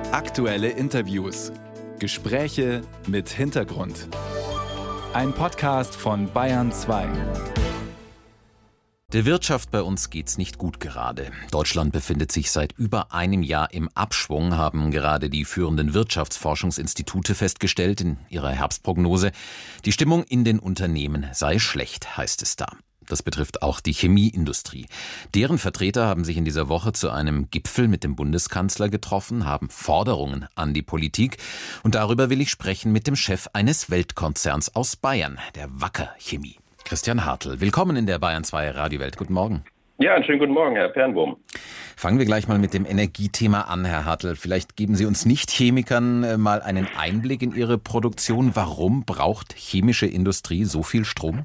Aktuelle Interviews. Gespräche mit Hintergrund. Ein Podcast von Bayern 2. Der Wirtschaft bei uns geht's nicht gut gerade. Deutschland befindet sich seit über einem Jahr im Abschwung, haben gerade die führenden Wirtschaftsforschungsinstitute festgestellt in ihrer Herbstprognose. Die Stimmung in den Unternehmen sei schlecht, heißt es da. Das betrifft auch die Chemieindustrie. Deren Vertreter haben sich in dieser Woche zu einem Gipfel mit dem Bundeskanzler getroffen, haben Forderungen an die Politik. Und darüber will ich sprechen mit dem Chef eines Weltkonzerns aus Bayern, der Wacker Chemie. Christian Hartl, willkommen in der Bayern 2 Radiowelt. Guten Morgen. Ja, einen schönen guten Morgen, Herr Pernwurm. Fangen wir gleich mal mit dem Energiethema an, Herr Hartl. Vielleicht geben Sie uns Nicht-Chemikern mal einen Einblick in Ihre Produktion. Warum braucht chemische Industrie so viel Strom?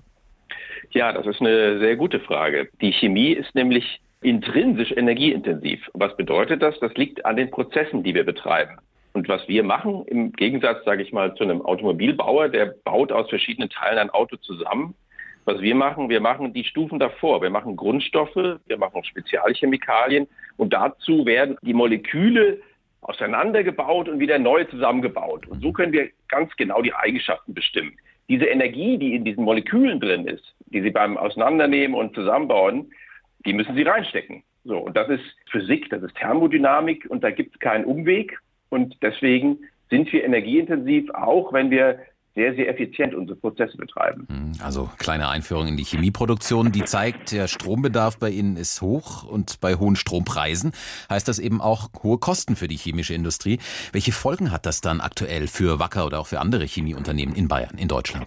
Ja, das ist eine sehr gute Frage. Die Chemie ist nämlich intrinsisch energieintensiv. Was bedeutet das? Das liegt an den Prozessen, die wir betreiben. Und was wir machen, im Gegensatz, sage ich mal, zu einem Automobilbauer, der baut aus verschiedenen Teilen ein Auto zusammen. Was wir machen die Stufen davor. Wir machen Grundstoffe, wir machen Spezialchemikalien und dazu werden die Moleküle auseinandergebaut und wieder neu zusammengebaut. Und so können wir ganz genau die Eigenschaften bestimmen. Diese Energie, die in diesen Molekülen drin ist, die Sie beim Auseinandernehmen und Zusammenbauen, die müssen Sie reinstecken. So, und das ist Physik, das ist Thermodynamik und da gibt es keinen Umweg. Und deswegen sind wir energieintensiv, auch wenn wir sehr, sehr effizient unsere Prozesse betreiben. Also kleine Einführung in die Chemieproduktion, die zeigt, der Strombedarf bei Ihnen ist hoch und bei hohen Strompreisen heißt das eben auch hohe Kosten für die chemische Industrie. Welche Folgen hat das dann aktuell für Wacker oder auch für andere Chemieunternehmen in Bayern, in Deutschland?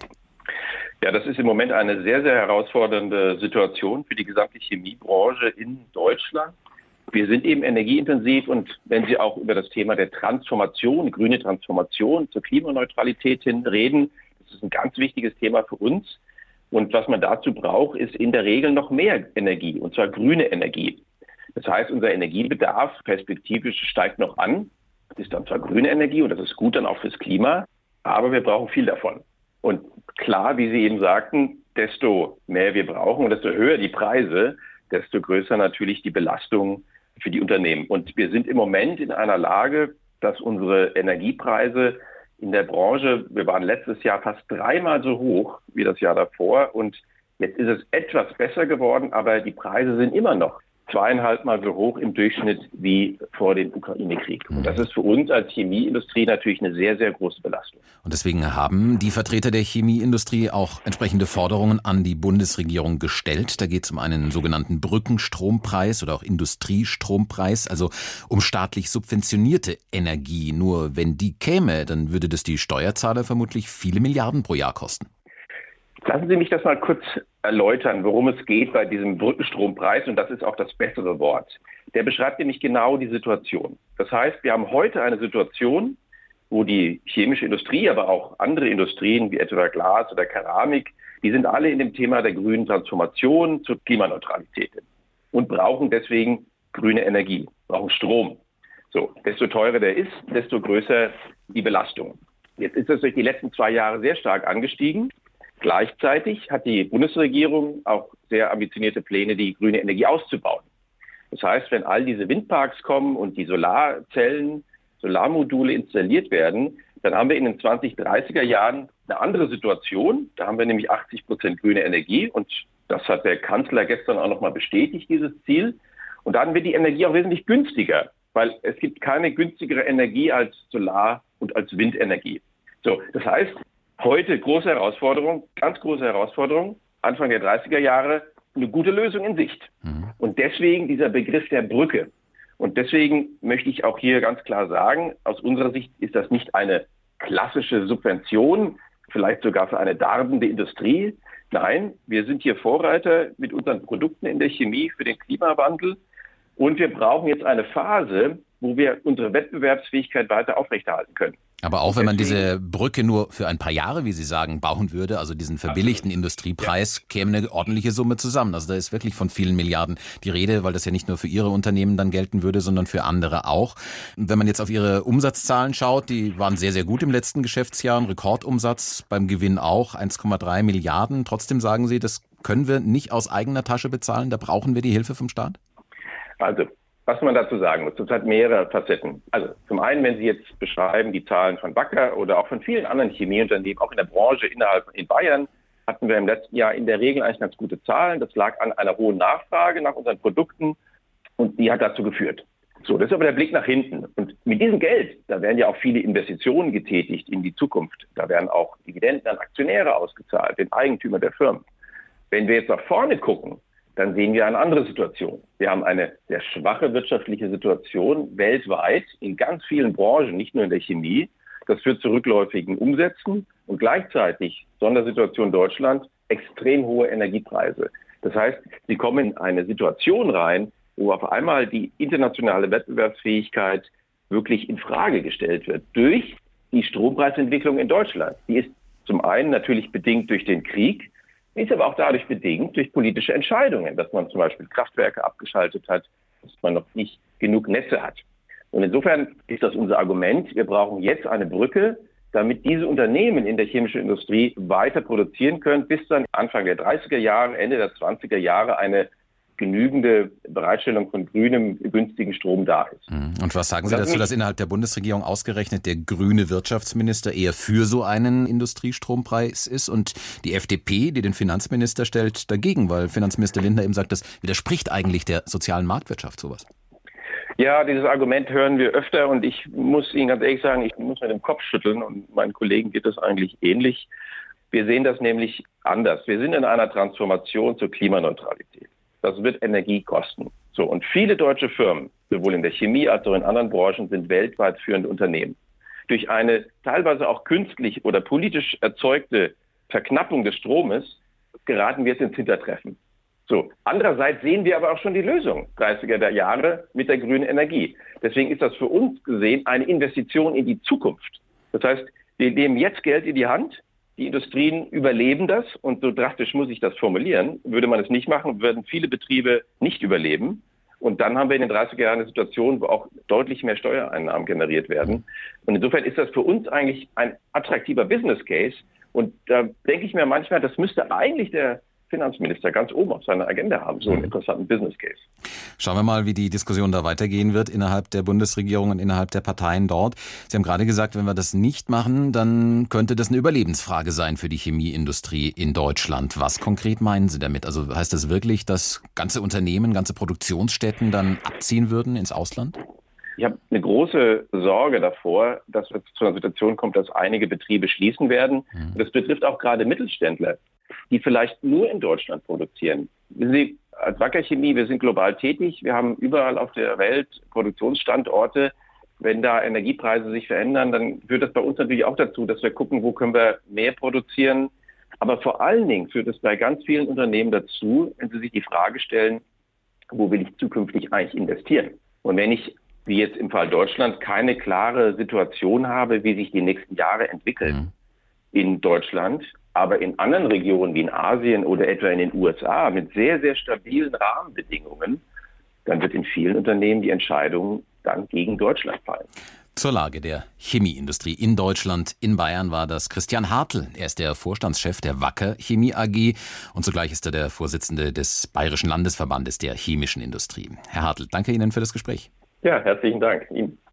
Ja, das ist im Moment eine sehr, sehr herausfordernde Situation für die gesamte Chemiebranche in Deutschland. Wir sind eben energieintensiv und wenn Sie auch über das Thema der Transformation, grüne Transformation zur Klimaneutralität hin reden, das ist ein ganz wichtiges Thema für uns. Und was man dazu braucht, ist in der Regel noch mehr Energie, und zwar grüne Energie. Das heißt, unser Energiebedarf perspektivisch steigt noch an. Das ist dann zwar grüne Energie und das ist gut dann auch fürs Klima, aber wir brauchen viel davon. Und klar, wie Sie eben sagten, desto mehr wir brauchen und desto höher die Preise, desto größer natürlich die Belastung für die Unternehmen. Und wir sind im Moment in einer Lage, dass unsere Energiepreise in der Branche, wir waren letztes Jahr fast 3-mal so hoch wie das Jahr davor. Und jetzt ist es etwas besser geworden, aber die Preise sind immer noch 2,5-mal so hoch im Durchschnitt wie vor dem Ukraine-Krieg. Und das ist für uns als Chemieindustrie natürlich eine sehr, sehr große Belastung. Und deswegen haben die Vertreter der Chemieindustrie auch entsprechende Forderungen an die Bundesregierung gestellt. Da geht es um einen sogenannten Brückenstrompreis oder auch Industriestrompreis, also um staatlich subventionierte Energie. Nur wenn die käme, dann würde das die Steuerzahler vermutlich viele Milliarden pro Jahr kosten. Lassen Sie mich das mal kurz erläutern, worum es geht bei diesem Brückenstrompreis. Und das ist auch das bessere Wort. Der beschreibt nämlich genau die Situation. Das heißt, wir haben heute eine Situation, wo die chemische Industrie, aber auch andere Industrien wie etwa Glas oder Keramik, die sind alle in dem Thema der grünen Transformation zur Klimaneutralität und brauchen deswegen grüne Energie, brauchen Strom. So, desto teurer der ist, desto größer die Belastung. Jetzt ist das durch die letzten 2 Jahre sehr stark angestiegen. Gleichzeitig hat die Bundesregierung auch sehr ambitionierte Pläne, die grüne Energie auszubauen. Das heißt, wenn all diese Windparks kommen und die Solarzellen, Solarmodule installiert werden, dann haben wir in den 2030er Jahren eine andere Situation. Da haben wir nämlich 80% grüne Energie und das hat der Kanzler gestern auch nochmal bestätigt, dieses Ziel. Und dann wird die Energie auch wesentlich günstiger, weil es gibt keine günstigere Energie als Solar- und als Windenergie. So, das heißt, heute große Herausforderung, ganz große Herausforderung, Anfang der 30er Jahre, eine gute Lösung in Sicht. Und deswegen dieser Begriff der Brücke. Und deswegen möchte ich auch hier ganz klar sagen, aus unserer Sicht ist das nicht eine klassische Subvention, vielleicht sogar für eine darbende Industrie. Nein, wir sind hier Vorreiter mit unseren Produkten in der Chemie für den Klimawandel. Und wir brauchen jetzt eine Phase, wo wir unsere Wettbewerbsfähigkeit weiter aufrechterhalten können. Aber auch wenn man diese Brücke nur für ein paar Jahre, wie Sie sagen, bauen würde, also diesen verbilligten Industriepreis, käme eine ordentliche Summe zusammen. Also da ist wirklich von vielen Milliarden die Rede, weil das ja nicht nur für Ihre Unternehmen dann gelten würde, sondern für andere auch. Und wenn man jetzt auf Ihre Umsatzzahlen schaut, die waren sehr, sehr gut im letzten Geschäftsjahr, ein Rekordumsatz, beim Gewinn auch 1,3 Milliarden. Trotzdem sagen Sie, das können wir nicht aus eigener Tasche bezahlen, da brauchen wir die Hilfe vom Staat? Also was man dazu sagen muss, das hat mehrere Facetten. Also zum einen, wenn Sie jetzt beschreiben, die Zahlen von Wacker oder auch von vielen anderen Chemieunternehmen, auch in der Branche in Bayern, hatten wir im letzten Jahr in der Regel eigentlich ganz gute Zahlen. Das lag an einer hohen Nachfrage nach unseren Produkten und die hat dazu geführt. So, das ist aber der Blick nach hinten. Und mit diesem Geld, da werden ja auch viele Investitionen getätigt in die Zukunft. Da werden auch Dividenden an Aktionäre ausgezahlt, den Eigentümer der Firmen. Wenn wir jetzt nach vorne gucken, dann sehen wir eine andere Situation. Wir haben eine sehr schwache wirtschaftliche Situation weltweit in ganz vielen Branchen, nicht nur in der Chemie. Das führt zu rückläufigen Umsätzen und gleichzeitig, Sondersituation Deutschland, extrem hohe Energiepreise. Das heißt, Sie kommen in eine Situation rein, wo auf einmal die internationale Wettbewerbsfähigkeit wirklich in Frage gestellt wird durch die Strompreisentwicklung in Deutschland. Die ist zum einen natürlich bedingt durch den Krieg, ist aber auch dadurch bedingt durch politische Entscheidungen, dass man zum Beispiel Kraftwerke abgeschaltet hat, dass man noch nicht genug Netze hat. Und insofern ist das unser Argument, wir brauchen jetzt eine Brücke, damit diese Unternehmen in der chemischen Industrie weiter produzieren können, bis dann Anfang der 30er Jahre, Ende der 20er Jahre eine genügende Bereitstellung von grünem, günstigen Strom da ist. Und was sagen Sie dazu, dass innerhalb der Bundesregierung ausgerechnet der grüne Wirtschaftsminister eher für so einen Industriestrompreis ist und die FDP, die den Finanzminister stellt, dagegen, weil Finanzminister Lindner eben sagt, das widerspricht eigentlich der sozialen Marktwirtschaft, sowas? Ja, dieses Argument hören wir öfter und ich muss Ihnen ganz ehrlich sagen, ich muss mit dem Kopf schütteln und meinen Kollegen geht das eigentlich ähnlich. Wir sehen das nämlich anders. Wir sind in einer Transformation zur Klimaneutralität. Das wird Energie kosten. So, und viele deutsche Firmen, sowohl in der Chemie als auch in anderen Branchen, sind weltweit führende Unternehmen. Durch eine teilweise auch künstlich oder politisch erzeugte Verknappung des Stromes geraten wir jetzt ins Hintertreffen. So, andererseits sehen wir aber auch schon die Lösung 30er Jahre mit der grünen Energie. Deswegen ist das für uns gesehen eine Investition in die Zukunft. Das heißt, wir nehmen jetzt Geld in die Hand. Die Industrien überleben das und so drastisch muss ich das formulieren. Würde man es nicht machen, würden viele Betriebe nicht überleben. Und dann haben wir in den 30er Jahren eine Situation, wo auch deutlich mehr Steuereinnahmen generiert werden. Und insofern ist das für uns eigentlich ein attraktiver Business Case. Und da denke ich mir manchmal, das müsste eigentlich der Finanzminister ganz oben auf seiner Agenda haben, so einen interessanten Business Case. Schauen wir mal, wie die Diskussion da weitergehen wird innerhalb der Bundesregierung und innerhalb der Parteien dort. Sie haben gerade gesagt, wenn wir das nicht machen, dann könnte das eine Überlebensfrage sein für die Chemieindustrie in Deutschland. Was konkret meinen Sie damit? Also heißt das wirklich, dass ganze Unternehmen, ganze Produktionsstätten dann abziehen würden ins Ausland? Ich habe eine große Sorge davor, dass es zu einer Situation kommt, dass einige Betriebe schließen werden. Das betrifft auch gerade Mittelständler, die vielleicht nur in Deutschland produzieren. Wissen Sie, als Wacker Chemie, wir sind global tätig. Wir haben überall auf der Welt Produktionsstandorte. Wenn da Energiepreise sich verändern, dann führt das bei uns natürlich auch dazu, dass wir gucken, wo können wir mehr produzieren. Aber vor allen Dingen führt es bei ganz vielen Unternehmen dazu, wenn sie sich die Frage stellen, wo will ich zukünftig eigentlich investieren? Und wenn ich, wie jetzt im Fall Deutschland, keine klare Situation habe, wie sich die nächsten Jahre entwickeln in Deutschland, aber in anderen Regionen wie in Asien oder etwa in den USA mit sehr, sehr stabilen Rahmenbedingungen, dann wird in vielen Unternehmen die Entscheidung dann gegen Deutschland fallen. Zur Lage der Chemieindustrie in Deutschland. In Bayern war das Christian Hartl. Er ist der Vorstandschef der Wacker Chemie AG und zugleich ist er der Vorsitzende des Bayerischen Landesverbandes der chemischen Industrie. Herr Hartl, danke Ihnen für das Gespräch. Ja, herzlichen Dank Ihnen.